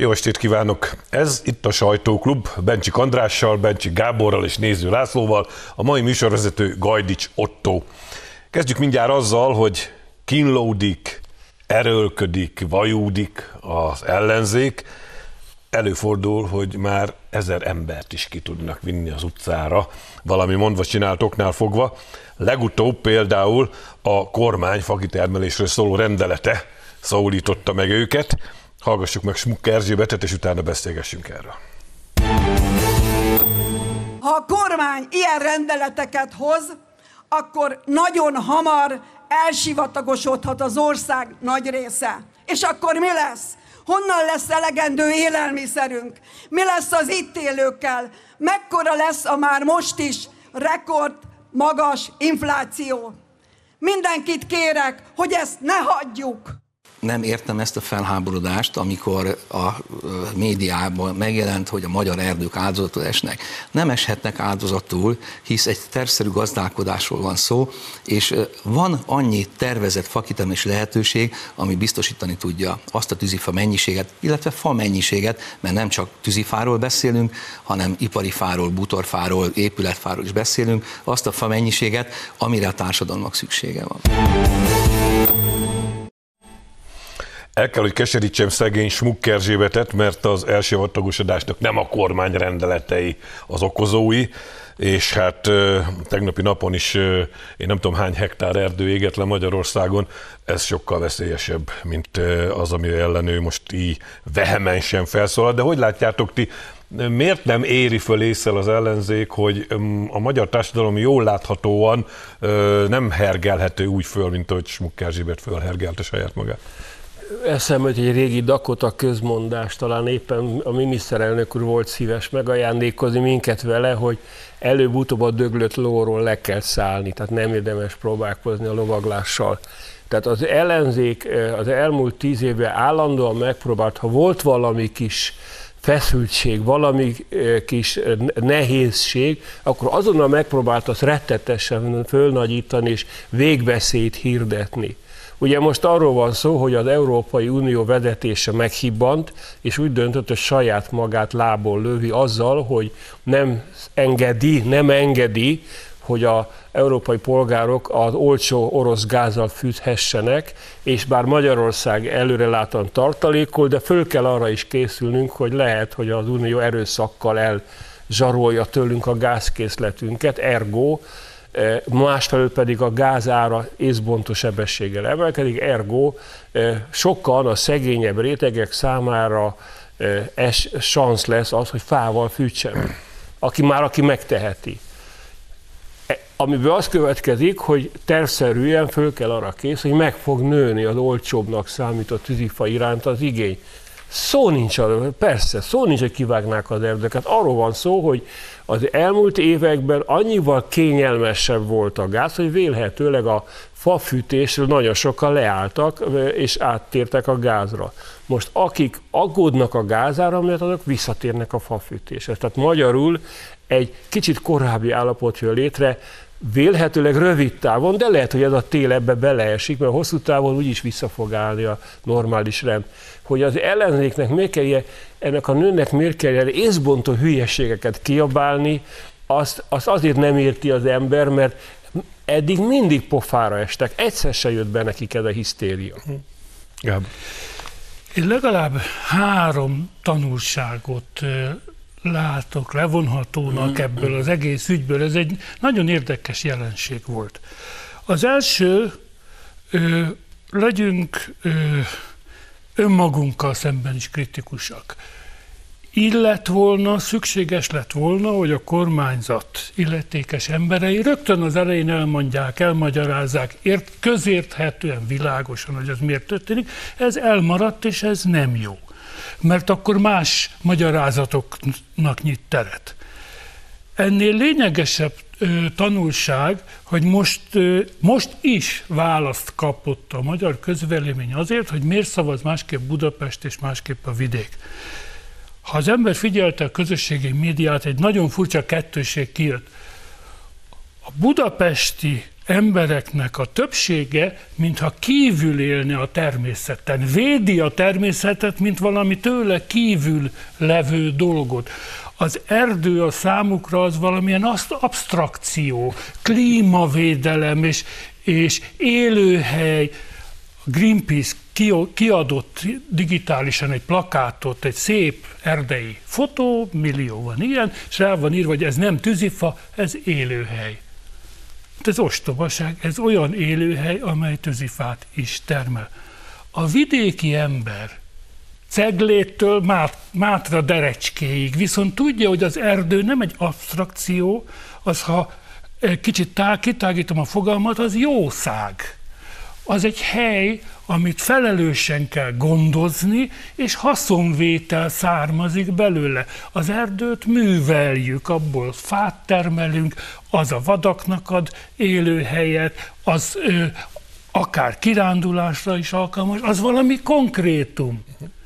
Jó estét kívánok! Ez itt a Sajtóklub, Bencsik Andrással, Bencsik Gáborral és Néző Lászlóval, a mai műsorvezető Gajdics Ottó. Kezdjük mindjárt azzal, hogy kínlódik, erőlködik, vajúdik az ellenzék. Előfordul, hogy már 1000 embert is ki tudnak vinni az utcára, valami mondva csináltoknál fogva. Legutóbb például a kormány fakitermelésről szóló rendelete szólította meg őket. Hallgassuk meg Smuk Erzsébetet, és utána beszélgessünk erről. Ha a kormány ilyen rendeleteket hoz, akkor nagyon hamar elsivatagosodhat az ország nagy része. És akkor mi lesz? Honnan lesz elegendő élelmiszerünk? Mi lesz az itt élőkkel? Mekkora lesz a már most is rekord magas infláció? Mindenkit kérek, hogy ezt ne hagyjuk. Nem értem ezt a felháborodást, amikor a médiában megjelent, hogy a magyar erdők áldozatul esnek. Nem eshetnek áldozatul, hisz egy tervszerű gazdálkodásról van szó, és van annyi tervezett fakitermelési lehetőség, ami biztosítani tudja azt a tűzifa mennyiséget, illetve fa mennyiséget, mert nem csak tűzifáról beszélünk, hanem ipari fáról, bútorfáról, épületfáról is beszélünk, azt a fa mennyiséget, amire a társadalomnak szüksége van. El kell, hogy keserítsem szegény Smuk Erzsébetet, mert az elsivatagosodásnak nem a kormány rendeletei az okozói, és hát tegnapi napon is én nem tudom hány hektár erdő égett le Magyarországon, ez sokkal veszélyesebb, mint az, ami ellen ő most így vehemensen felszólal. De hogy látjátok ti, miért nem éri föl észre az ellenzék, hogy a magyar társadalom jól láthatóan nem hergelhető úgy föl, mint ahogy Smuk Erzsébet fölhergelte saját magát? Eszembe egy régi Dakota közmondás, talán éppen a miniszterelnök úr volt szíves megajándékozni minket vele, hogy előbb-utóbb a döglött lóról le kell szállni, tehát nem érdemes próbálkozni a lovaglással. Tehát az ellenzék az elmúlt 10 évben állandóan megpróbált, ha volt valami kis feszültség, valami kis nehézség, akkor azonnal megpróbált azt rettetesen fölnagyítani és végbeszéd hirdetni. Ugye most arról van szó, hogy az Európai Unió vezetése meghibbant, és úgy döntött, hogy saját magát lából lövi azzal, hogy nem engedi, hogy az európai polgárok az olcsó orosz gázzal fűthessenek, és bár Magyarország előrelátóan tartalékol, de föl kell arra is készülnünk, hogy lehet, hogy az Unió erőszakkal elzsarolja tőlünk a gázkészletünket, ergo, másfelől pedig a gázára észbontó sebességgel emelkedik, ergo sokkal a szegényebb rétegek számára szansz lesz az, hogy fával fűtsenek, aki megteheti. Amiből az következik, hogy tervszerűen föl kell arra kész, hogy meg fog nőni az olcsóbbnak számított tűzifa iránt az igény. Szó nincs arról, persze, szó nincs, hogy kivágnák az erdőket. Arról van szó, hogy az elmúlt években annyival kényelmesebb volt a gáz, hogy vélhetőleg a fafűtésről nagyon sokan leálltak, és áttértek a gázra. Most akik aggódnak a gázára, mert azok visszatérnek a fafűtéshez. Tehát magyarul egy kicsit korábbi állapot jön létre, vélhetőleg rövid távon, de lehet, hogy ez a tél ebbe beleesik, mert hosszú távon úgyis vissza fog állni a normális rend. Hogy az ellenzéknek miért kell, ennek a nőnek miért kell észbontó hülyeségeket kiabálni, azt azért nem érti az ember, mert eddig mindig pofára estek, egyszer se jött be nekik ez a hisztéria. Én legalább 3 tanulságot látok levonhatónak ebből az egész ügyből. Ez egy nagyon érdekes jelenség volt. Az első, legyünk önmagunkkal szemben is kritikusak. Szükséges lett volna, hogy a kormányzat illetékes emberei rögtön az elején elmondják, elmagyarázzák, közérthetően, világosan, hogy ez miért történik. Ez elmaradt, és ez nem jó. Mert akkor más magyarázatoknak nyit teret. Ennél lényegesebb tanulság, hogy most is választ kapott a magyar közvélemény azért, hogy miért szavaz másképp Budapest és másképp a vidék. Ha az ember figyelte a közösségi médiát, egy nagyon furcsa kettőség kijött. A budapesti embereknek a többsége, mintha kívül élne a természeten. Védi a természetet, mint valami tőle kívül levő dolgot. Az erdő a számukra az valamilyen absztrakció, klímavédelem és élőhely. A Greenpeace kiadott digitálisan egy plakátot, egy szép erdei fotó, millió van ilyen, és rá van írva, hogy ez nem tűzifa, ez élőhely. Ez ostobaság, ez olyan élőhely, amely tűzifát is termel. A vidéki ember Cegléttől Mátra Derecskéig viszont tudja, hogy az erdő nem egy absztrakció, az, ha kicsit kitágítom a fogalmat, az jószág. Az egy hely, amit felelősen kell gondozni, és haszonvétel származik belőle. Az erdőt műveljük, abból fát termelünk, az a vadaknak ad élőhelyet, az akár kirándulásra is alkalmas, az valami konkrétum.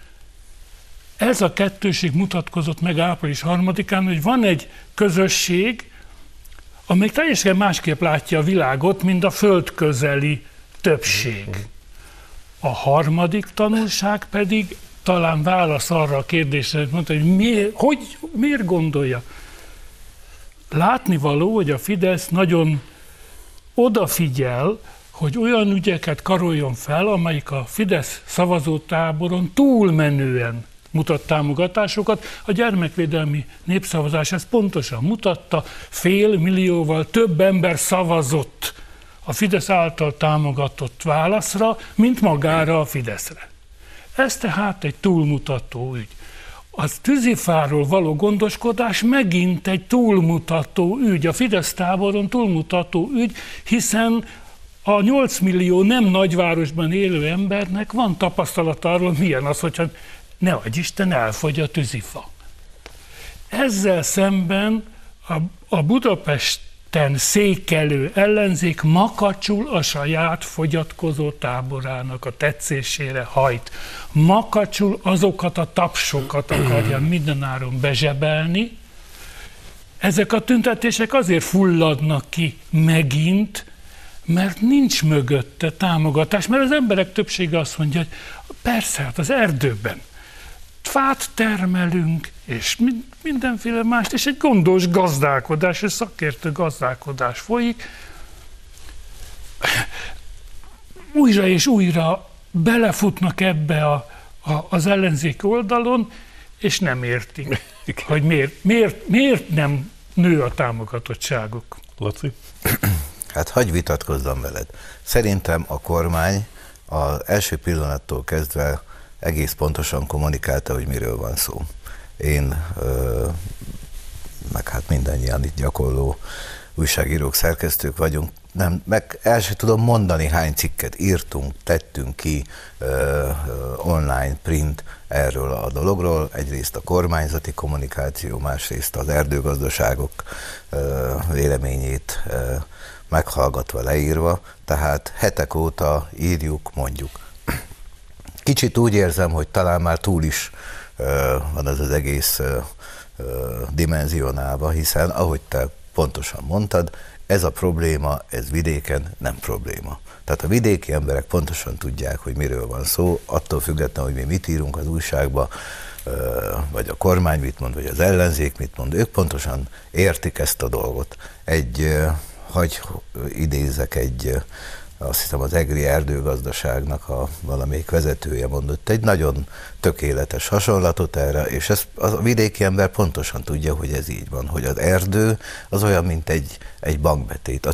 Ez a kettőség mutatkozott meg április 3-án, hogy van egy közösség, amely teljesen másképp látja a világot, mint a földközeli többség. A harmadik tanulság pedig talán válasz arra a kérdésre, hogy mondta, hogy miért gondolja. Látnivaló, hogy a Fidesz nagyon odafigyel, hogy olyan ügyeket karoljon fel, amelyik a Fidesz szavazótáboron túlmenően mutat támogatásokat. A gyermekvédelmi népszavazás ezt pontosan mutatta, 500 000 több ember szavazott a Fidesz által támogatott válaszra, mint magára a Fideszre. Ez tehát egy túlmutató ügy. A tűzifáról való gondoskodás megint egy túlmutató ügy, a Fidesz táboron túlmutató ügy, hiszen a 8 millió nem nagyvárosban élő embernek van tapasztalata arról, milyen az, hogyha ne adj Isten, elfogy a tűzifa. Ezzel szemben a Budapesten székelő ellenzék makacsul a saját fogyatkozó táborának a tetszésére hajt. Makacsul azokat a tapsokat akarja mindenáron bezsebelni. Ezek a tüntetések azért fulladnak ki megint, mert nincs mögötte támogatás, mert az emberek többsége azt mondja, hogy persze, hát az erdőben fát termelünk, és mindenféle mást, és egy gondos gazdálkodás, és szakértő gazdálkodás folyik. Újra és újra belefutnak ebbe az ellenzék oldalon, és nem értik, hogy miért nem nő a támogatottságuk. Laci? Hát hagyj vitatkozzam veled. Szerintem a kormány az első pillanattól kezdve egész pontosan kommunikálta, hogy miről van szó. Én, meg hát mindannyian itt gyakorló újságírók, szerkesztők vagyunk, meg el sem tudom mondani, hány cikket írtunk, tettünk ki online, print erről a dologról. Egyrészt a kormányzati kommunikáció, másrészt az erdőgazdaságok véleményét meghallgatva, leírva, tehát hetek óta írjuk, mondjuk. Kicsit úgy érzem, hogy talán már túl is van ez az egész dimenzionálva, hiszen ahogy te pontosan mondtad, ez a probléma, ez vidéken nem probléma. Tehát a vidéki emberek pontosan tudják, hogy miről van szó, attól függetlenül, hogy mi mit írunk az újságba, vagy a kormány mit mond, vagy az ellenzék mit mond, ők pontosan értik ezt a dolgot. Hagy idézek azt hiszem az egri erdőgazdaságnak valamelyik vezetője mondott egy nagyon tökéletes hasonlatot erre, és ezt a vidéki ember pontosan tudja, hogy ez így van, hogy az erdő az olyan, mint egy bankbetét, a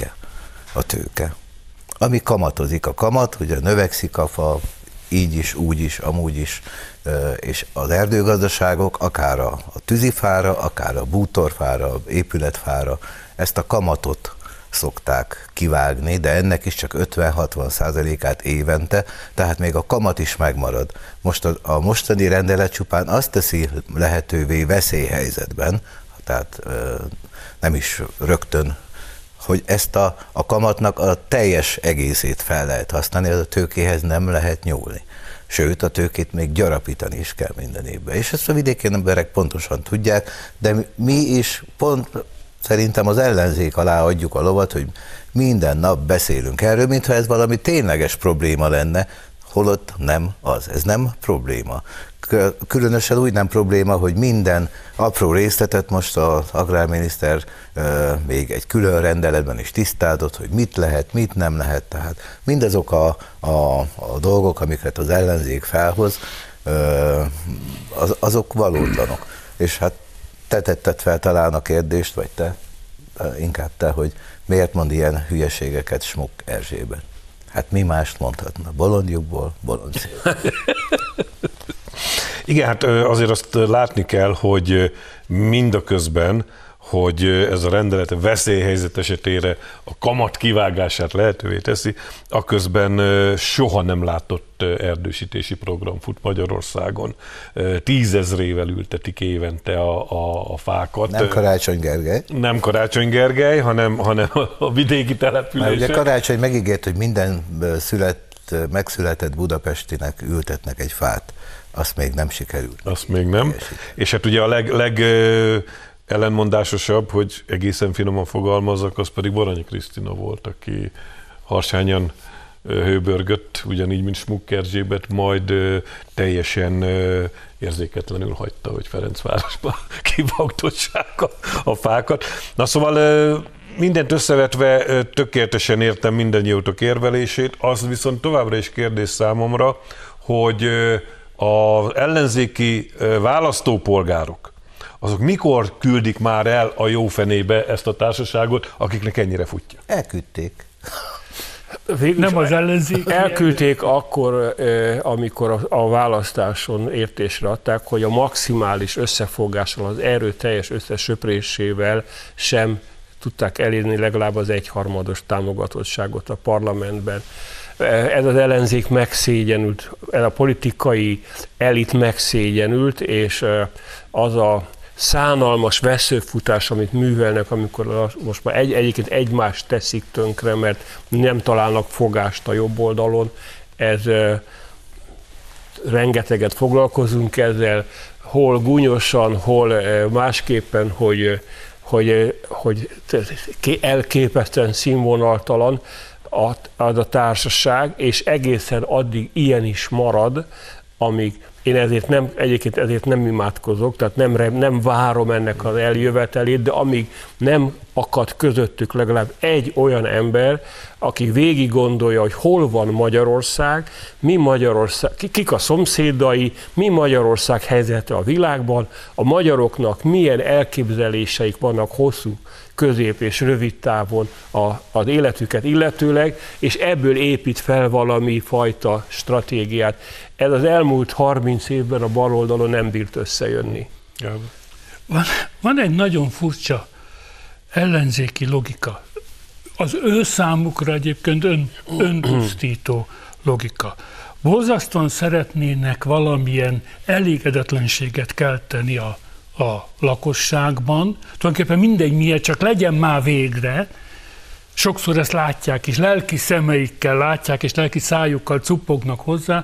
tőke. Ami kamatozik, a kamat, ugye növekszik a fa, így is, úgy is, amúgy is, és az erdőgazdaságok akár a tűzifára, akár a bútorfára, épületfára ezt a kamatot szokták kivágni, de ennek is csak 50-60%-át évente, tehát még a kamat is megmarad. Most a mostani rendelet csupán azt teszi lehetővé veszélyhelyzetben, tehát nem is rögtön, hogy ezt a kamatnak a teljes egészét fel lehet használni, az a tőkéhez nem lehet nyúlni. Sőt, a tőkét még gyarapítani is kell minden évben. És ezt a vidéki emberek pontosan tudják, de mi is szerintem az ellenzék alá adjuk a lovat, hogy minden nap beszélünk erről, mintha ez valami tényleges probléma lenne, holott nem az. Ez nem probléma. Különösen úgy nem probléma, hogy minden apró részletet most az agrárminiszter még egy külön rendeletben is tisztázott, hogy mit lehet, mit nem lehet. Tehát mindazok a dolgok, amiket az ellenzék felhoz, azok valótlanok. És hát te tetted fel talán a kérdést, vagy inkább te, hogy miért mond ilyen hülyeségeket Smuk Erzsébet? Hát mi mást mondhatna? Bolondjukból, bolond. Igen, hát azért azt látni kell, hogy mindaközben, hogy ez a rendelet veszélyhelyzet esetére a kamat kivágását lehetővé teszi, aközben soha nem látott erdősítési program fut Magyarországon. 10 000-ével ültetik évente a fákat. Nem Karácsony Gergely. Nem Karácsony Gergely, hanem a vidéki települések. Mert ugye Karácsony megígért, hogy minden megszületett budapestinek ültetnek egy fát. Azt még nem sikerült. Azt még nem. És hát ugye a ellenmondásosabb, hogy egészen finoman fogalmazzak, az pedig Baranyi Krisztina volt, aki harsányan hőbörgött, ugyanígy, mint Smuk Erzsébet, majd teljesen érzéketlenül hagyta, hogy Ferencvárosban kivágtossák a fákat. Na szóval mindent összevetve tökéletesen értem mindannyiótok érvelését, az viszont továbbra is kérdés számomra, hogy az ellenzéki választópolgárok, azok mikor küldik már el a jó fenébe ezt a társaságot, akiknek ennyire futja? Elküldték. Nem az ellenzék. Elküldték akkor, amikor a választáson értésre adták, hogy a maximális összefogással, az erőteljes összesöprésével sem tudták elérni legalább az 1/3 támogatottságot a parlamentben. Ez az ellenzék megszégyenült, ez a politikai elit megszégyenült, és az a szánalmas veszőfutás, amit művelnek, amikor most már egyébként egymást teszik tönkre, mert nem találnak fogást a jobb oldalon, ez rengeteget foglalkozunk ezzel, hol gúnyosan, hol másképpen, hogy elképesztően színvonaltalan az a társaság, és egészen addig ilyen is marad, amíg én ezért nem imádkozok, tehát nem várom ennek az eljövetelét, de amíg nem akad közöttük legalább egy olyan ember, aki végig gondolja, hogy hol van Magyarország, mi Magyarország, kik a szomszédai, mi Magyarország helyzete a világban, a magyaroknak milyen elképzeléseik vannak hosszú, közép és rövid távon az életüket illetőleg, és ebből épít fel valami fajta stratégiát. Ez az elmúlt 30 évben a baloldalon nem bírt összejönni. Van egy nagyon furcsa ellenzéki logika. Az ő számukra egyébként önpusztító logika. Borzasztóan szeretnének valamilyen elégedetlenséget kelteni a lakosságban. Tulajdonképpen mindegy miért, csak legyen már végre. Sokszor ezt látják is, lelki szemeikkel látják, és lelki szájukkal cuppognak hozzá.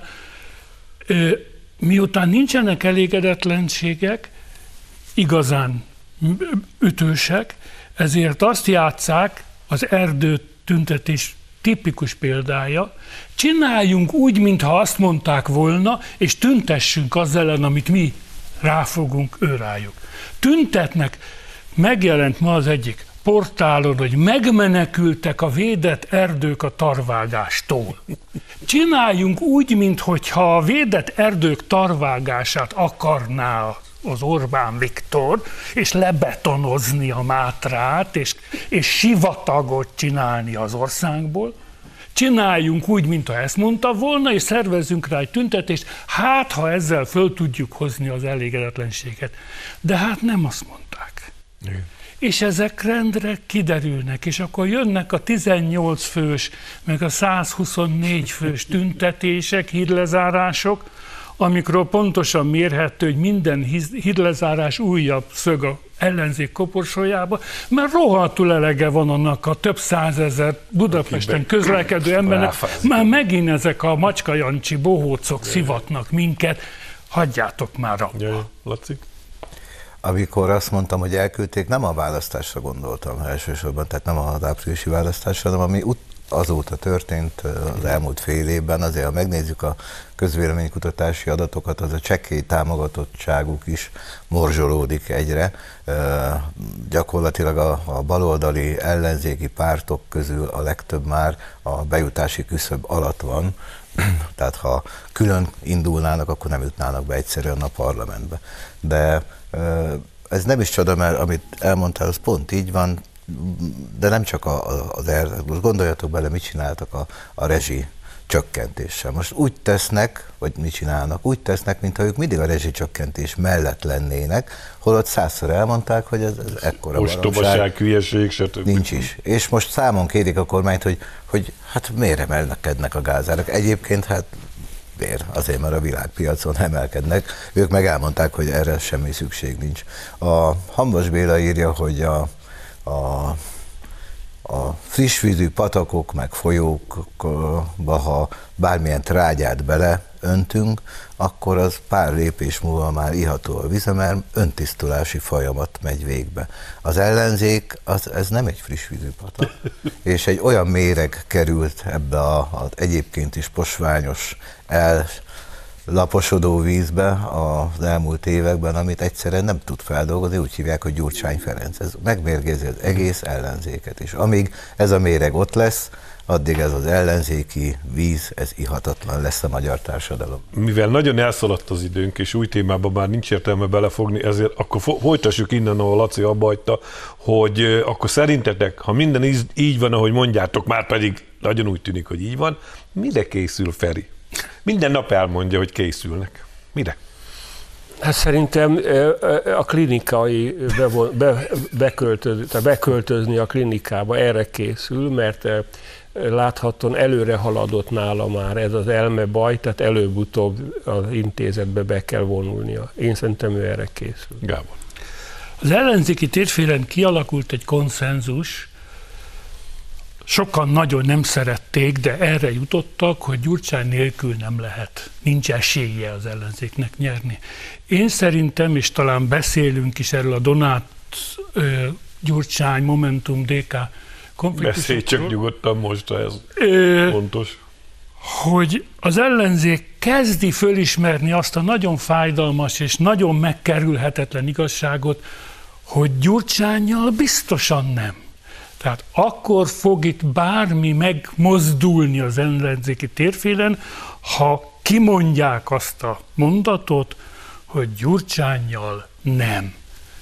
Miután nincsenek elégedetlenségek, igazán ütősek, ezért azt játsszák, az erdő tüntetés tipikus példája, csináljunk úgy, mintha azt mondták volna, és tüntessünk az ellen, amit mi ráfogunk őrájuk. Tüntetnek, megjelent ma az egyik portálon, hogy megmenekültek a védett erdők a tarvágástól. Csináljunk úgy, mintha a védett erdők tarvágását akarná az Orbán Viktor, és lebetonozni a Mátrát, és sivatagot csinálni az országból. Csináljunk úgy, mintha ezt mondta volna, és szervezzünk rá egy tüntetést, hát ha ezzel föl tudjuk hozni az elégedetlenséget. De hát nem azt mondták. Igen. És ezek rendre kiderülnek, és akkor jönnek a 18 fős, meg a 124 fős tüntetések, hídlezárások, amikről pontosan mérhető, hogy minden hídlezárás újabb szög a ellenzék koporsójába, mert rohadtul elege van annak a több százezer Budapesten közlekedő embernek. Már megint ezek a Macska Jancsi bohócok szivatnak minket, hagyjátok már abba. Laci? Amikor azt mondtam, hogy elküldték, nem a választásra gondoltam elsősorban, tehát nem az áprilisi választásra, hanem ami azóta történt az elmúlt fél évben, azért ha megnézzük a közvéleménykutatási adatokat, az a csekély támogatottságuk is morzsolódik egyre. Gyakorlatilag a baloldali ellenzéki pártok közül a legtöbb már a bejutási küszöb alatt van, tehát ha külön indulnának, akkor nem jutnának be egyszerűen a parlamentbe. De ez nem is csoda, mert amit elmondtál, az pont így van, de nem csak most gondoljatok bele, mit csináltak a rezsi csökkentéssel. Most úgy tesznek, vagy mit csinálnak, úgy tesznek, mintha ők mindig a rezsi csökkentés mellett lennének, holott 100-szor elmondták, hogy ez ekkora ostobaság, hülyeség, stb. Nincs is. És most számon kérik a kormányt, hogy hát miért emelkednek a gázárak. Egyébként hát miért? Azért, mert a világpiacon emelkednek. Ők meg elmondták, hogy erre semmi szükség nincs. A Hamvas Béla írja, hogy a frissvízű patakok meg folyókba, ha bármilyen trágyát beleöntünk, akkor az pár lépés múlva már iható a vize, mert öntisztulási folyamat megy végbe. Az ellenzék, ez nem egy frissvízű patak, és egy olyan méreg került ebbe az egyébként is posványos laposodó vízbe az elmúlt években, amit egyszerűen nem tud feldolgozni, úgy hívják, hogy Gyurcsány Ferenc. Ez megmérgezi az egész ellenzéket is. Amíg ez a méreg ott lesz, addig ez az ellenzéki víz, ez ihatatlan lesz a magyar társadalom. Mivel nagyon elszaladt az időnk, és új témában már nincs értelme belefogni, ezért akkor folytassuk innen, ahol Laci abba hagyta, hogy akkor szerintetek, ha minden így van, ahogy mondjátok, már pedig nagyon úgy tűnik, hogy így van, mire készül Feri? Minden nap elmondja, hogy készülnek. Mire? Hát szerintem a klinikai beköltözni a klinikába, erre készül, mert láthatóan előre haladott nála már ez az elmebaj, tehát előbb-utóbb az intézetbe be kell vonulnia. Én szerintem ő erre készül. Gábor. Az ellenzéki térfélen kialakult egy konszenzus, sokan nagyon nem szerették, de erre jutottak, hogy Gyurcsány nélkül nem lehet. Nincs esélye az ellenzéknek nyerni. Én szerintem, és talán beszélünk is erről a Donát Gyurcsány Momentum DK konfliktusokról. Beszélj csak nyugodtan most, ez fontos. Hogy az ellenzék kezdi fölismerni azt a nagyon fájdalmas és nagyon megkerülhetetlen igazságot, hogy Gyurcsánnyal biztosan nem. Tehát akkor fog itt bármi megmozdulni az ellenzéki térfélen, ha kimondják azt a mondatot, hogy Gyurcsánnyal nem.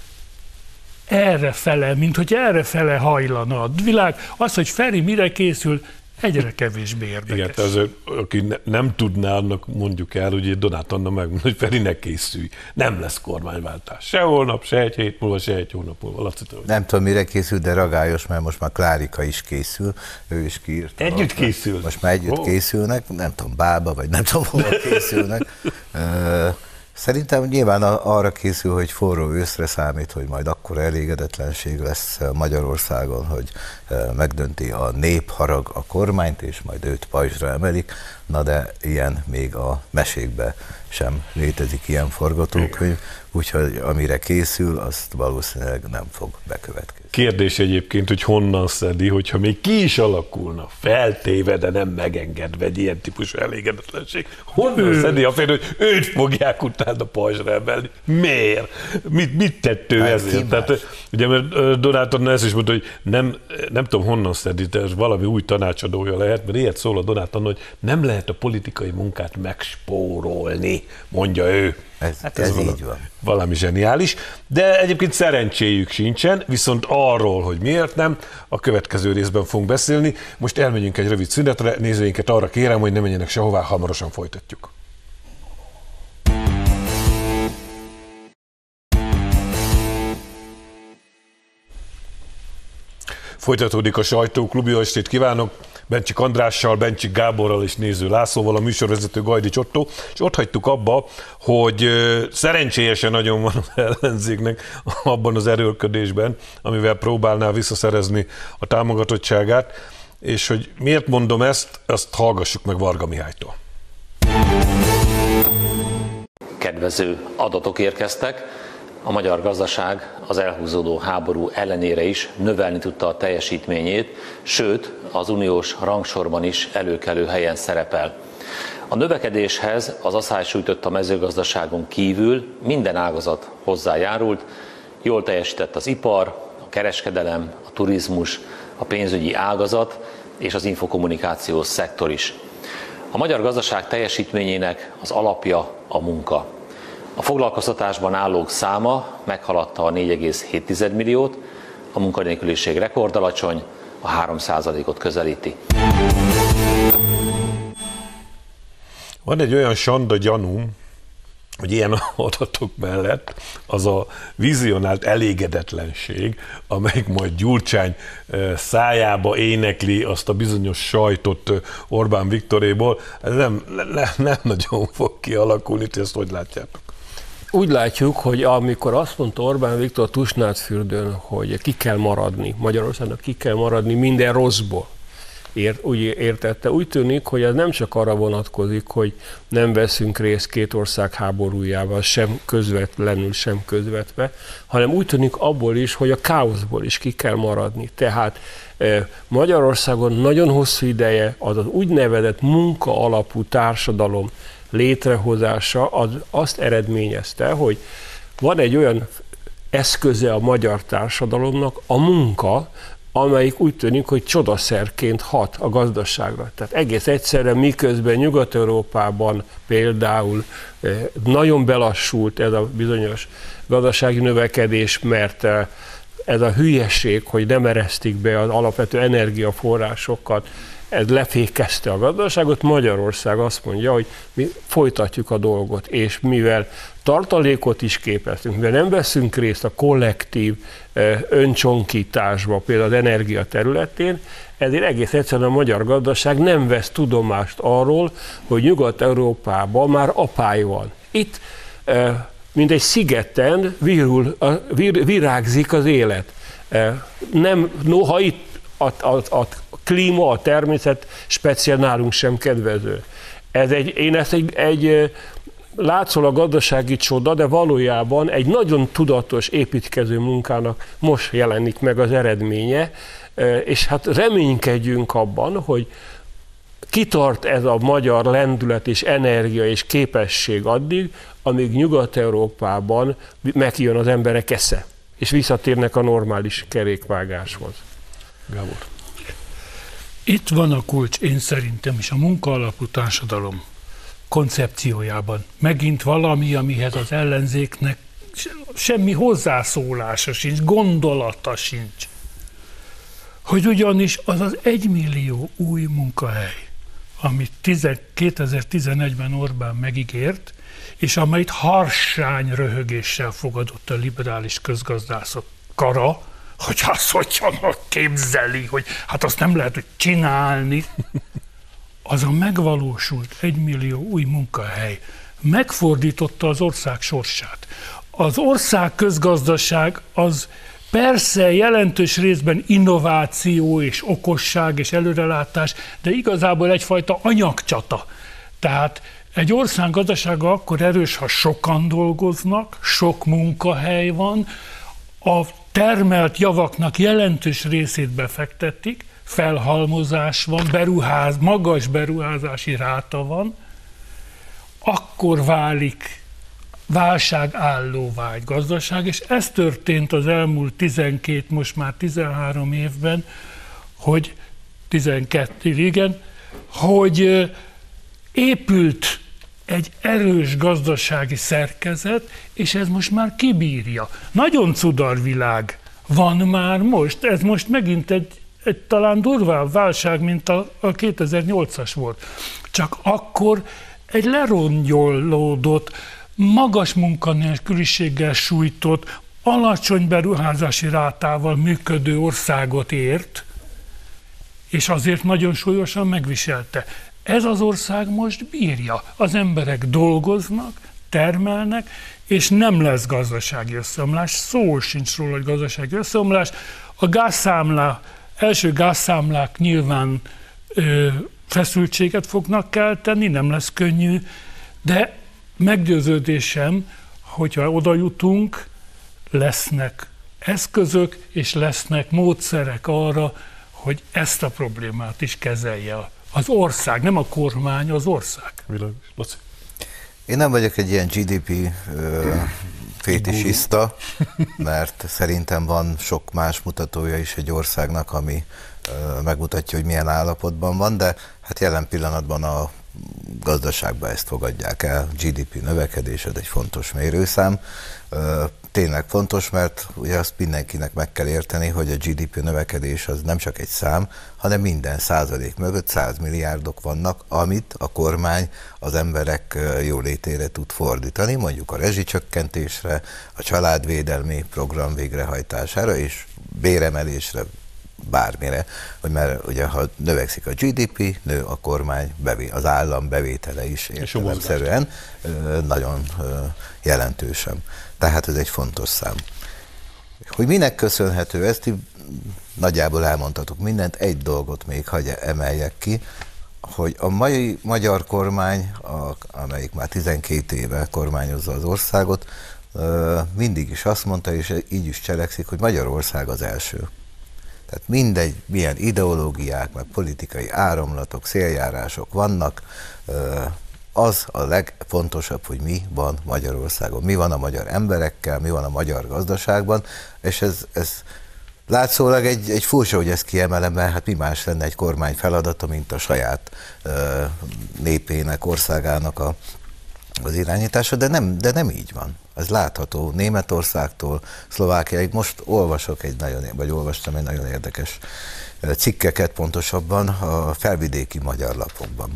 Errefele, mint hogy errefele hajlana a világ. Az, hogy Feri mire készül, egyre kevésbé érdekes. Igen, tehát aki nem tudná, annak mondjuk el, hogy Donát Anna megmondja, hogy Feri ne készülj. Nem lesz kormányváltás. Se holnap, se egy hét múlva, se egy hónap múlva. Laci-től. Nem tudom, mire készül, de ragályos, mert most már Klárika is készül. Ő is kiírta. Együtt készül? Most már együtt készülnek, nem tudom, Bába, vagy nem tudom, hova készülnek. Szerintem nyilván arra készül, hogy forró őszre számít, hogy majd akkora elégedetlenség lesz Magyarországon, hogy megdönti a nép, harag a kormányt, és majd őt pajzsra emelik. Na de ilyen még a mesékben sem létezik ilyen forgatókönyv, úgyhogy amire készül, azt valószínűleg nem fog bekövetkezni. Kérdés egyébként, hogy honnan szedi, hogyha még ki is alakulna, feltéve, de nem megengedve egy ilyen típusú elégedetlenség. Honnan szedi a fél, hogy őt fogják utána pajzsra emelni? Miért? Mit tett ő ezért? Tehát, ugye, mert Donát Anna ezt is mondta, hogy nem tudom honnan szedi, de ez valami új tanácsadója lehet, mert ilyet szól a Donát Anna, hogy nem lehet a politikai munkát megspórolni, mondja ő. Ez így van. Valami zseniális, de egyébként szerencséjük sincsen, viszont arról, hogy miért nem, a következő részben fogunk beszélni. Most elmegyünk egy rövid szünetre, nézőinket arra kérem, hogy ne menjenek sehová, hamarosan folytatjuk. Folytatódik a Sajtóklub, jó estét kívánok! Bencsik Andrással, Bencsik Gáborral és Néző Lászlóval, a műsorvezető Gajdics Ottó, és ott hagytuk abba, hogy szerencsélyesen nagyon van az ellenzéknek abban az erőlködésben, amivel próbálná visszaszerezni a támogatottságát, és hogy miért mondom ezt, azt hallgassuk meg Varga Mihálytól. Kedvező adatok érkeztek. a magyar gazdaság az elhúzódó háború ellenére is növelni tudta a teljesítményét, sőt, az uniós rangsorban is előkelő helyen szerepel. A növekedéshez az aszály sújtotta mezőgazdaságon kívül minden ágazat hozzájárult, jól teljesített az ipar, a kereskedelem, a turizmus, a pénzügyi ágazat és az infokommunikációs szektor is. A magyar gazdaság teljesítményének az alapja a munka. A foglalkoztatásban állók száma meghaladta a 4,7 milliót, a munkanélküliség rekordalacsony, a 3%-ot közelíti. Van egy olyan sanda gyanúm, hogy ilyen adatok mellett az a vizionált elégedetlenség, amelyik majd Gyurcsány szájába énekli azt a bizonyos sajtot Orbán Viktoréból, ez nem nagyon fog kialakulni, ezt hogy látjátok? Úgy látjuk, hogy amikor azt mondta Orbán Viktor Tusnádfürdőn, hogy ki kell maradni, Magyarországnak ki kell maradni minden rosszból, úgy értette. Úgy tűnik, hogy ez nem csak arra vonatkozik, hogy nem veszünk részt két ország háborújával, sem közvetlenül, sem közvetve, hanem úgy tűnik abból is, hogy a káoszból is ki kell maradni. Tehát Magyarországon nagyon hosszú ideje az úgynevezett munka alapú társadalom létrehozása azt eredményezte, hogy van egy olyan eszköze a magyar társadalomnak, a munka, amelyik úgy tűnik, hogy csodaszerként hat a gazdaságra. Tehát egész egyszerűen miközben Nyugat-Európában például nagyon belassult ez a bizonyos gazdasági növekedés, mert ez a hülyeség, hogy nem eresztik be az alapvető energiaforrásokat, ez lefékezte a gazdaságot. Magyarország azt mondja, hogy mi folytatjuk a dolgot, és mivel tartalékot is képeztünk, mivel nem veszünk részt a kollektív öncsonkításba, például az energia területén, ezért egész egyszerűen a magyar gazdaság nem vesz tudomást arról, hogy Nyugat-Európában már apály van. Itt, mint egy szigeten virágzik az élet. Noha itt a klíma, a természet speciál nálunk sem kedvező. Én ezt egy látszólag gazdasági csoda, de valójában egy nagyon tudatos építkező munkának most jelenik meg az eredménye, és hát reménykedjünk abban, hogy kitart ez a magyar lendület és energia és képesség addig, amíg Nyugat-Európában megjön az emberek esze, és visszatérnek a normális kerékvágáshoz. Gábor. Itt van a kulcs, én szerintem is, a munkaalapú társadalom koncepciójában. Megint valami, amihez az ellenzéknek semmi hozzászólása sincs, gondolata sincs. Hogy ugyanis az az 1 millió új munkahely, amit 2011-ben Orbán megígért, és amelyet harsány röhögéssel fogadott a liberális közgazdászok kara, hogy azt hogyan képzeli, hogy hát azt nem lehet, hogy csinálni. Az a megvalósult 1 millió új munkahely megfordította az ország sorsát. Az ország közgazdaság az persze jelentős részben innováció és okosság és előrelátás, de igazából egyfajta anyagcsata. Tehát egy ország gazdasága akkor erős, ha sokan dolgoznak, sok munkahely van, a termelt javaknak jelentős részét befektetik, felhalmozás van, magas beruházási ráta van, akkor válik válságállóvá egy gazdaság, és ez történt az elmúlt 12, most már 13 évben, hogy 12, igen, hogy épült egy erős gazdasági szerkezet, és ez most már kibírja. Nagyon cudarvilág van már most, ez most megint egy talán durvább válság, mint a 2008-as volt. Csak akkor egy lerongyolódott, magas munkanélküliséggel sújtott, alacsony beruházási rátával működő országot ért, és azért nagyon súlyosan megviselte. Ez az ország most bírja. Az emberek dolgoznak, termelnek, és nem lesz gazdasági összeomlás. Szó sincs róla, hogy gazdasági összeomlás. A első gázszámlák nyilván feszültséget fognak kelteni, nem lesz könnyű, de meggyőződésem, hogyha oda jutunk, lesznek eszközök, és lesznek módszerek arra, hogy ezt a problémát is kezelje az ország, nem a kormány, az ország. Laci. Én nem vagyok egy ilyen GDP fétisista, mert szerintem van sok más mutatója is egy országnak, ami megmutatja, hogy milyen állapotban van, de hát jelen pillanatban a gazdaságban ezt fogadják el. GDP növekedés, ez egy fontos mérőszám. Tényleg fontos, mert ugye azt mindenkinek meg kell érteni, hogy a GDP növekedés az nem csak egy szám, hanem minden százalék mögött 100 milliárdok vannak, amit a kormány az emberek jólétére tud fordítani, mondjuk a rezsicsökkentésre, a családvédelmi program végrehajtására és béremelésre, bármire, mert ugye ha növekszik a GDP, nő a kormány, az állam bevétele is értelemszerűen nagyon jelentősen. Tehát ez egy fontos szám. Hogy minek köszönhető ezt, nagyjából elmondhatok mindent, egy dolgot még hagy emeljek ki, hogy a mai magyar kormány, amelyik már 12 éve kormányozza az országot, mindig is azt mondta, és így is cselekszik, hogy Magyarország az első. Tehát mindegy, milyen ideológiák, meg politikai áramlatok, széljárások vannak, az a legfontosabb, hogy mi van Magyarországon, mi van a magyar emberekkel, mi van a magyar gazdaságban, és ez látszólag egy furcsa, hogy ezt kiemelem, mert hát mi más lenne egy kormány feladata, mint a saját népének, országának az irányítása, de nem így van. Ez látható Németországtól Szlovákiáig. Most olvastam egy nagyon érdekes cikkeket, pontosabban a felvidéki magyar lapokban,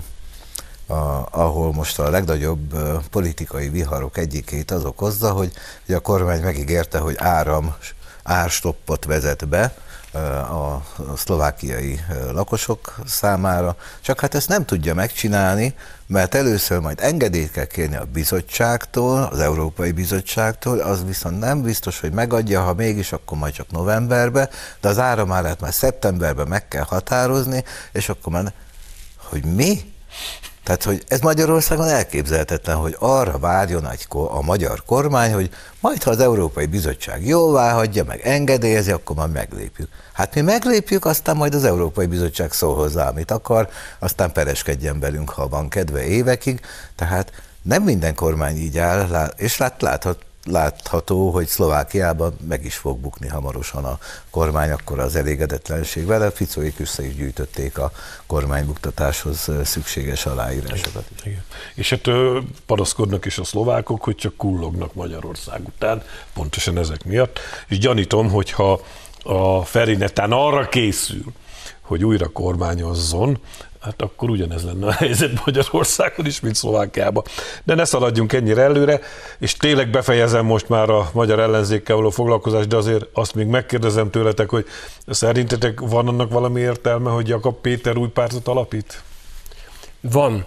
ahol most a legnagyobb politikai viharok egyikét az okozza, hogy a kormány megígérte, hogy árstoppot vezet be a szlovákiai lakosok számára, csak hát ezt nem tudja megcsinálni, mert először majd engedélyt kell kérni a bizottságtól, az Európai Bizottságtól, az viszont nem biztos, hogy megadja, ha mégis, akkor majd csak novemberben, de az áramárát már szeptemberben meg kell határozni, és akkor már, hogy mi? Tehát, hogy ez Magyarországon elképzelhetetlen, hogy arra várjon a magyar kormány, hogy majd, ha az Európai Bizottság jóvá hagyja, meg engedélyezi, akkor már meglépjük. Hát mi meglépjük, aztán majd az Európai Bizottság szól hozzá, amit akar, aztán pereskedjen velünk, ha van kedve évekig. Tehát nem minden kormány így áll, és látható, hogy Szlovákiában meg is fog bukni hamarosan a kormány, akkor az elégedetlenség vele. Ficóék össze is gyűjtötték a kormánybuktatáshoz szükséges aláírásokat. Igen. És hát panaszkodnak is a szlovákok, hogy csak kullognak Magyarország után, pontosan ezek miatt. És gyanítom, hogyha a Feri netán arra készül, hogy újra kormányozzon, hát akkor ugyanez lenne a helyzet Magyarországon is, mint Szlovákiában. De ne szaladjunk ennyire előre, és tényleg befejezem most már a magyar ellenzékkel való foglalkozást, de azért azt még megkérdezem tőletek, hogy szerintetek van annak valami értelme, hogy Jakab Péter új pártot alapít? Van.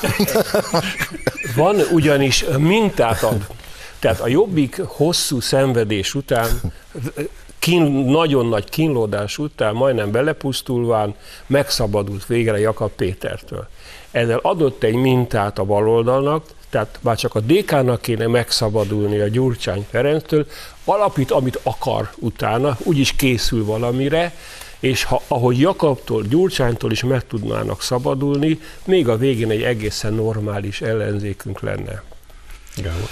Van, ugyanis mintát ad. Tehát a Jobbik hosszú szenvedés után, nagyon nagy kínlódás után, majdnem belepusztulván megszabadult végre Jakab Pétertől. Ezzel adott egy mintát a baloldalnak, tehát már csak a DK-nak kéne megszabadulni a Gyurcsány Ferenctől, alapít, amit akar utána, úgyis készül valamire, és ha ahogy Jakabtól, Gyurcsánytól is meg tudnának szabadulni, még a végén egy egészen normális ellenzékünk lenne. Gábor.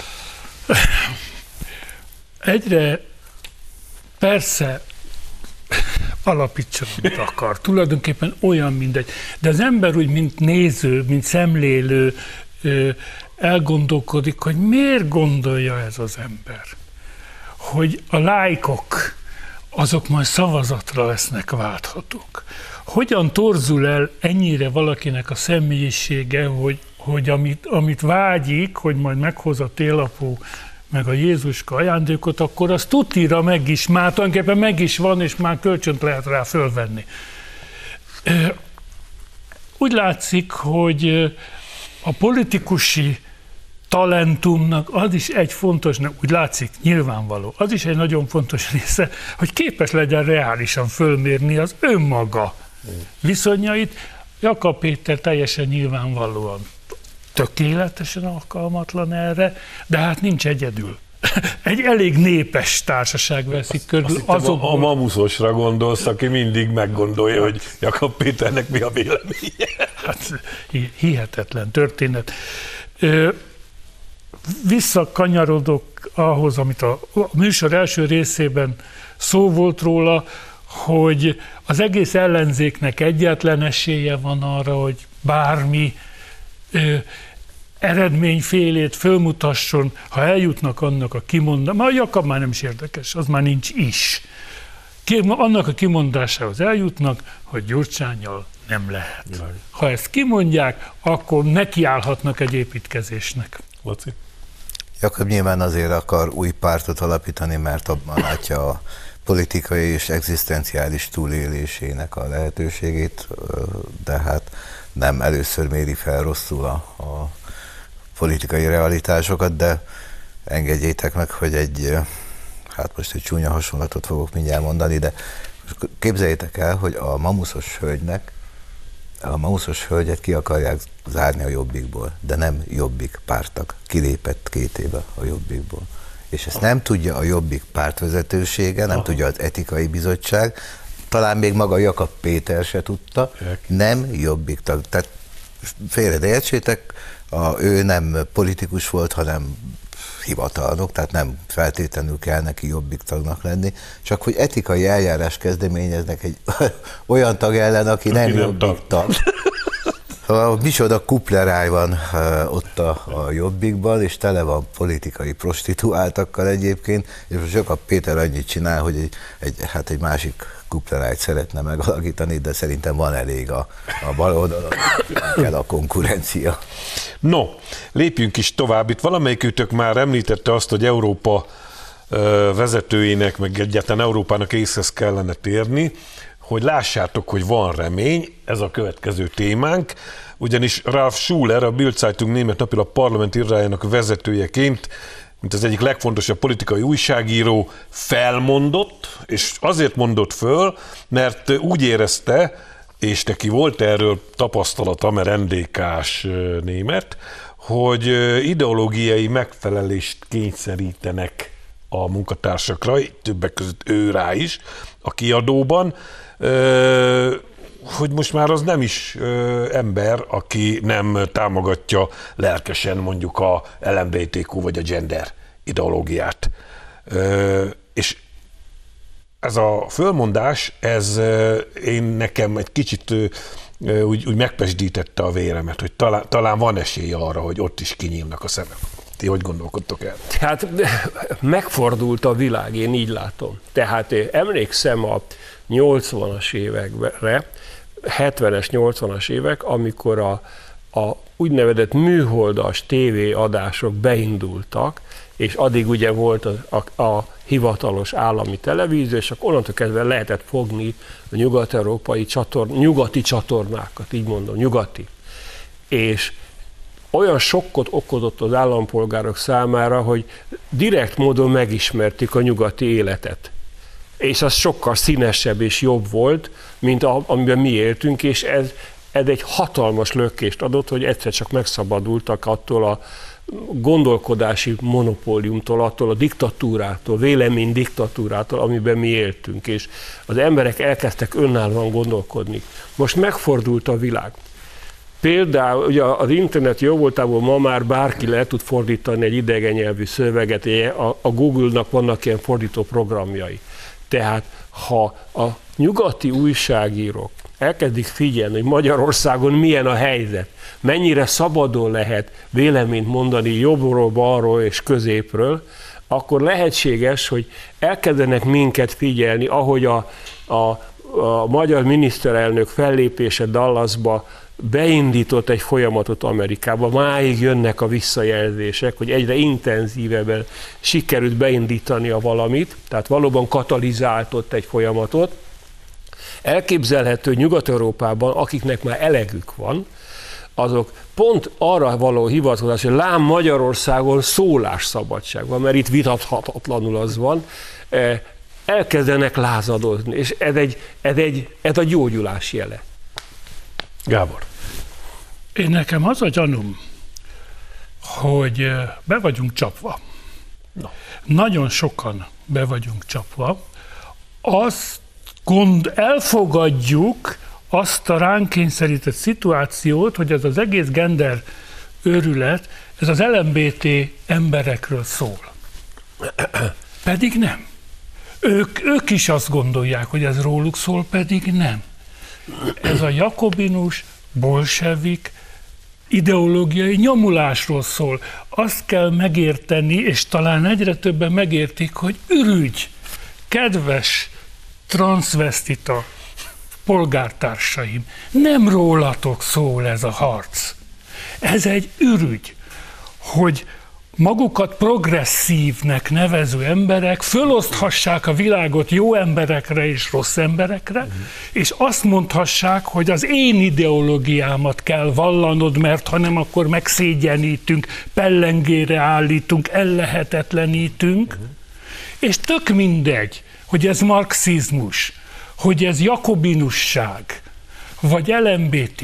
Egyre persze alapítson, mit akar. Tulajdonképpen olyan mindegy. De az ember úgy, mint néző, mint szemlélő elgondolkodik, hogy miért gondolja ez az ember, hogy a lájkok azok majd szavazatra lesznek válthatók. Hogyan torzul el ennyire valakinek a személyisége, hogy amit vágyik, hogy majd meghoz a télapó meg a Jézuska ajándékot, akkor az tutira meg is, már tulajdonképpen meg is van, és már kölcsönt lehet rá fölvenni. Úgy látszik, hogy a politikusi talentumnak az is egy fontos, úgy látszik, nyilvánvaló, az is egy nagyon fontos része, hogy képes legyen reálisan fölmérni az önmaga viszonyait. Jakab Péter teljesen nyilvánvalóan tökéletesen alkalmatlan erre, de hát nincs egyedül. egy elég népes társaság veszik körül. A Mamuszosra gondolsz, aki mindig meggondolja, hogy Jakab Péternek mi a véleménye. Hát hihetetlen történet. Visszakanyarodok ahhoz, amit a műsor első részében szó volt róla, hogy az egész ellenzéknek egyetlen esélye van arra, hogy bármi eredményfélét fölmutasson, ha eljutnak annak a kimondásra, a Jakab már nem is érdekes, az már nincs is. Annak a kimondásához eljutnak, hogy Gyurcsánnyal nem lehet. Ha ezt kimondják, akkor nekiállhatnak egy építkezésnek. Laci? Jakab nyilván azért akar új pártot alapítani, mert abban látja a politikai és egzisztenciális túlélésének a lehetőségét, de hát nem először méri fel rosszul a politikai realitásokat, de engedjétek meg, hogy most egy csúnya hasonlatot fogok mindjárt mondani, de képzeljétek el, hogy a mamuszos hölgyet ki akarják zárni a Jobbikból, de nem Jobbik párttag, kilépett 2 éve a Jobbikból. És ezt nem tudja a Jobbik pártvezetősége, nem tudja az etikai bizottság, talán még maga Jakab Péter se tudta, nem Jobbik tag. Tehát félre ne értsétek, ő nem politikus volt, hanem hivatalnok, tehát nem feltétlenül kell neki Jobbik tagnak lenni, csak hogy etikai eljárás kezdeményeznek egy olyan tag ellen, aki nem Jobbik tag. Micsoda kupleráj van ott a Jobbikban, és tele van politikai prostituáltakkal egyébként, és most Jakab Péter annyit csinál, hogy egy másik kuplerájt szeretne megalakítani, de szerintem van elég a bal oldalon, kell a konkurencia. No, lépjünk is tovább. Itt valamelyikőtök már említette azt, hogy Európa vezetőinek, meg egyáltalán Európának észhez kellene térni, hogy lássátok, hogy van remény, ez a következő témánk, ugyanis Ralf Schuler, a Bild Zeitung német napilap parlament irodájának vezetőjeként, mint az egyik legfontosabb politikai újságíró, felmondott, és azért mondott föl, mert úgy érezte, és neki volt erről tapasztalata, mert NDK-s német, hogy ideológiai megfelelést kényszerítenek a munkatársakra, többek között ő rá is, a kiadóban, hogy most már az nem is ember, aki nem támogatja lelkesen mondjuk a LMBTQ vagy a gender ideológiát. És ez a fölmondás, ez nekem egy kicsit úgy megpesdítette a véremet, hogy talán van esély arra, hogy ott is kinyílnak a szemek. Ti hogy gondolkodtok el? Hát megfordult a világ, én így látom. Tehát emlékszem a 80-as évekre, 70-es, 80-as évek, amikor a úgynevezett műholdas tévéadások beindultak, és addig ugye volt a hivatalos állami televízió, és akkor onnantól kezdve lehetett fogni a nyugati csatornákat, így mondom, nyugati. És olyan sokkot okozott az állampolgárok számára, hogy direkt módon megismerték a nyugati életet. És az sokkal színesebb és jobb volt, mint amiben mi éltünk, és ez egy hatalmas lökést adott, hogy egyszer csak megszabadultak attól a gondolkodási monopóliumtól, attól a diktatúrától, vélemény diktatúrától, amiben mi éltünk, és az emberek elkezdtek önállóan gondolkodni. Most megfordult a világ. Például ugye az internet jó voltából ma már bárki le tud fordítani egy idegen nyelvű szöveget, a Google-nak vannak ilyen fordító programjai. Tehát ha a nyugati újságírók elkezdik figyelni, hogy Magyarországon milyen a helyzet, mennyire szabadon lehet véleményt mondani jobbról, balról és középről, akkor lehetséges, hogy elkezdenek minket figyelni, ahogy a magyar miniszterelnök fellépése Dallasba beindított egy folyamatot Amerikába. Máig jönnek a visszajelzések, hogy egyre intenzívebben sikerült beindítani a valamit, tehát valóban katalizáltott egy folyamatot. Elképzelhető, hogy Nyugat-Európában, akiknek már elegük van, azok pont arra való hivatkozás, hogy lám Magyarországon szólásszabadság van, mert itt vitathatatlanul az van, elkezdenek lázadozni, és ez a gyógyulás jele. Gábor. Nekem az a gyanúm, hogy be vagyunk csapva. Nagyon sokan be vagyunk csapva. Elfogadjuk azt a ránk kényszerített szituációt, hogy ez az egész gender őrület, ez az LMBT emberekről szól. Pedig nem. Ők is azt gondolják, hogy ez róluk szól, pedig nem. Ez a jakobinus, bolsevik, ideológiai nyomulásról szól. Azt kell megérteni, és talán egyre többen megértik, hogy ürügy, kedves transzvesztita polgártársaim, nem rólatok szól ez a harc. Ez egy ürügy, hogy magukat progresszívnek nevező emberek föloszthassák a világot jó emberekre és rossz emberekre, és azt mondhassák, hogy az én ideológiámat kell vallanod, mert ha nem, akkor megszégyenítünk, pellengére állítunk, ellehetetlenítünk, és tök mindegy, hogy ez marxizmus, hogy ez jakobinusság, vagy LMBT,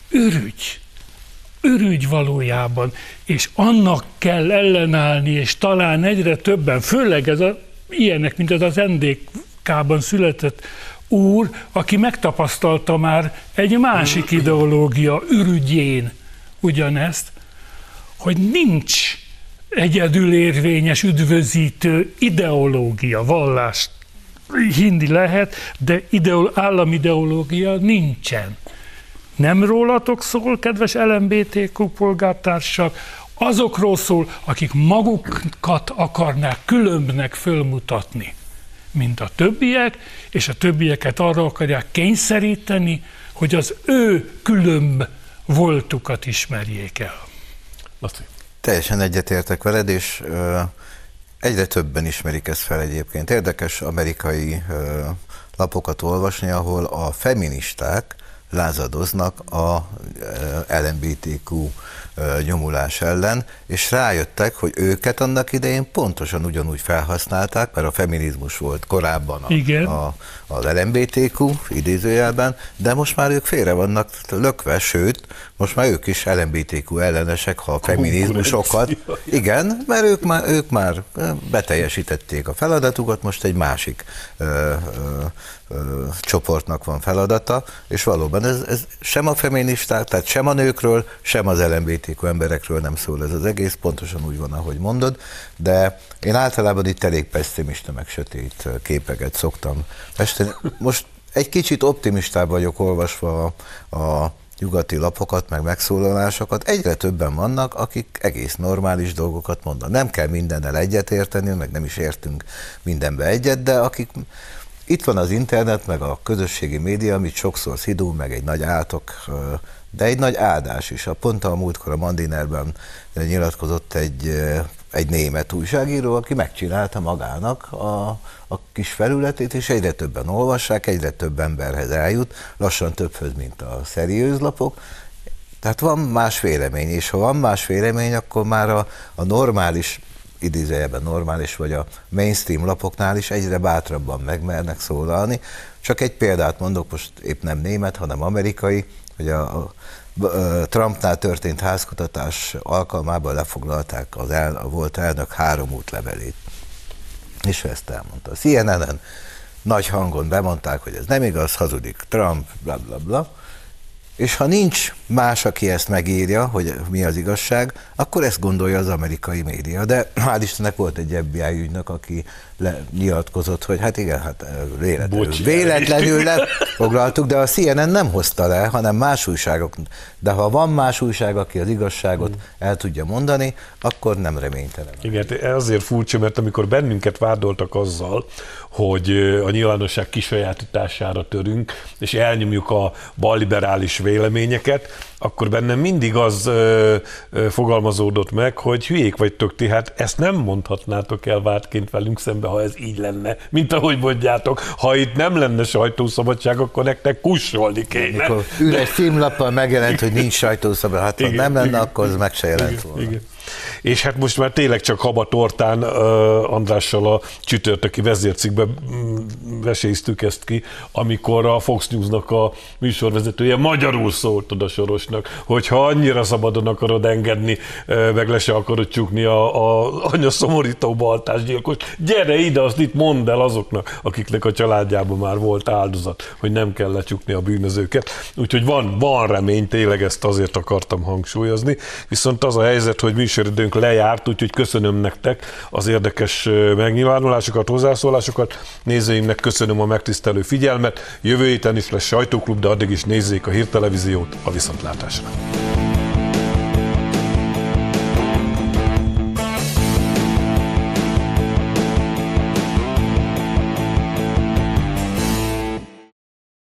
ürügy valójában, és annak kell ellenállni, és talán egyre többen, főleg ilyenek, mint ez az NDK-ban született úr, aki megtapasztalta már egy másik ideológia ürügyén ugyanezt, hogy nincs egyedül érvényes, üdvözítő ideológia, vallás hinni lehet, de államideológia nincsen. Nem rólatok szól, kedves LMBTQ polgártársak, azokról szól, akik magukat akarnák különbnek fölmutatni, mint a többiek, és a többieket arra akarják kényszeríteni, hogy az ő különb voltukat ismerjék el. Teljesen egyetértek veled, és egyre többen ismerik ezt fel egyébként. Érdekes amerikai lapokat olvasni, ahol a feministák lázadoznak a LMBTQ nyomulás ellen, és rájöttek, hogy őket annak idején pontosan ugyanúgy felhasználták, mert a feminizmus volt korábban az LMBTQ idézőjelben, de most már ők félre vannak lökve, sőt, most már ők is LMBTQ ellenesek, ha a feminizmusokat. Igen, mert ők már beteljesítették a feladatukat, most egy másik csoportnak van feladata, és valóban ez sem a feministák, tehát sem a nőkről, sem az LMBTQ emberekről nem szól ez az egész, pontosan úgy van, ahogy mondod, de én általában itt elég pessimista, meg sötét képeket szoktam festeni. Most egy kicsit optimistább vagyok olvasva a nyugati lapokat, meg megszólalásokat. Egyre többen vannak, akik egész normális dolgokat mondanak. Nem kell mindennel egyetérteni, meg nem is értünk mindenbe egyet, de akik itt van az internet, meg a közösségi média, amit sokszor szidul, meg egy nagy átok, de egy nagy áldás is. Pont a múltkor a Mandinerben nyilatkozott egy német újságíró, aki megcsinálta magának a kis felületét, és egyre többen olvassák, egyre több emberhez eljut, lassan többhöz, mint a szeriőz lapok. Tehát van más vélemény, és ha van más vélemény, akkor már a normális, idézőjelben normális, vagy a mainstream lapoknál is egyre bátrabban megmernek szólalni. Csak egy példát mondok, most épp nem német, hanem amerikai, hogy a Trumpnál történt házkutatás alkalmában lefoglalták a volt elnök 3 útlevelét. És ezt elmondta. A CNN-en nagy hangon bemondták, hogy ez nem igaz, hazudik Trump, bla bla bla. És ha nincs más, aki ezt megírja, hogy mi az igazság, akkor ezt gondolja az amerikai média. De hál' Istennek volt egy FBI ügynök, aki nyilatkozott, hogy hát igen, hát véletlenül lefoglaltuk, de a CNN nem hozta le, hanem más újságok. De ha van más újság, aki az igazságot el tudja mondani, akkor nem reménytelen. Igen, azért furcsa, mert amikor bennünket vádoltak azzal, hogy a nyilvánosság kisajátítására törünk, és elnyomjuk a balliberális véleményeket, akkor bennem mindig az fogalmazódott meg, hogy hülyék vagytok ti, hát ezt nem mondhatnátok el vádként velünk szembe, ha ez így lenne, mint ahogy mondjátok. Ha itt nem lenne sajtószabadság, akkor nektek kussolni kéne. Mikor üres címlappal megjelent, hogy nincs sajtószabadság, hát ha nem lenne, akkor az meg se jelent volna. Igen. És hát most már tényleg csak habatortán Andrással a csütörtöki vezércikkben veséztük ezt ki, amikor a Fox News-nak a műsorvezetője magyarul szólt oda Sorosnak, hogy ha annyira szabadon akarod engedni, meg le se akarod csukni a anya szomorító baltásgyilkos, gyere ide, azt itt mondd el azoknak, akiknek a családjában már volt áldozat, hogy nem kell lecsukni a bűnözőket. Úgyhogy van remény, tényleg ezt azért akartam hangsúlyozni. Viszont az a helyzet, hogy műsoridőnk lejárt, úgyhogy köszönöm nektek az érdekes megnyilvánulásokat, hozzászólásokat. Nézőimnek köszönöm a megtisztelő figyelmet. Jövő héten is lesz sajtóklub, de addig is nézzék a Hírtelevíziót. A viszontlátásra!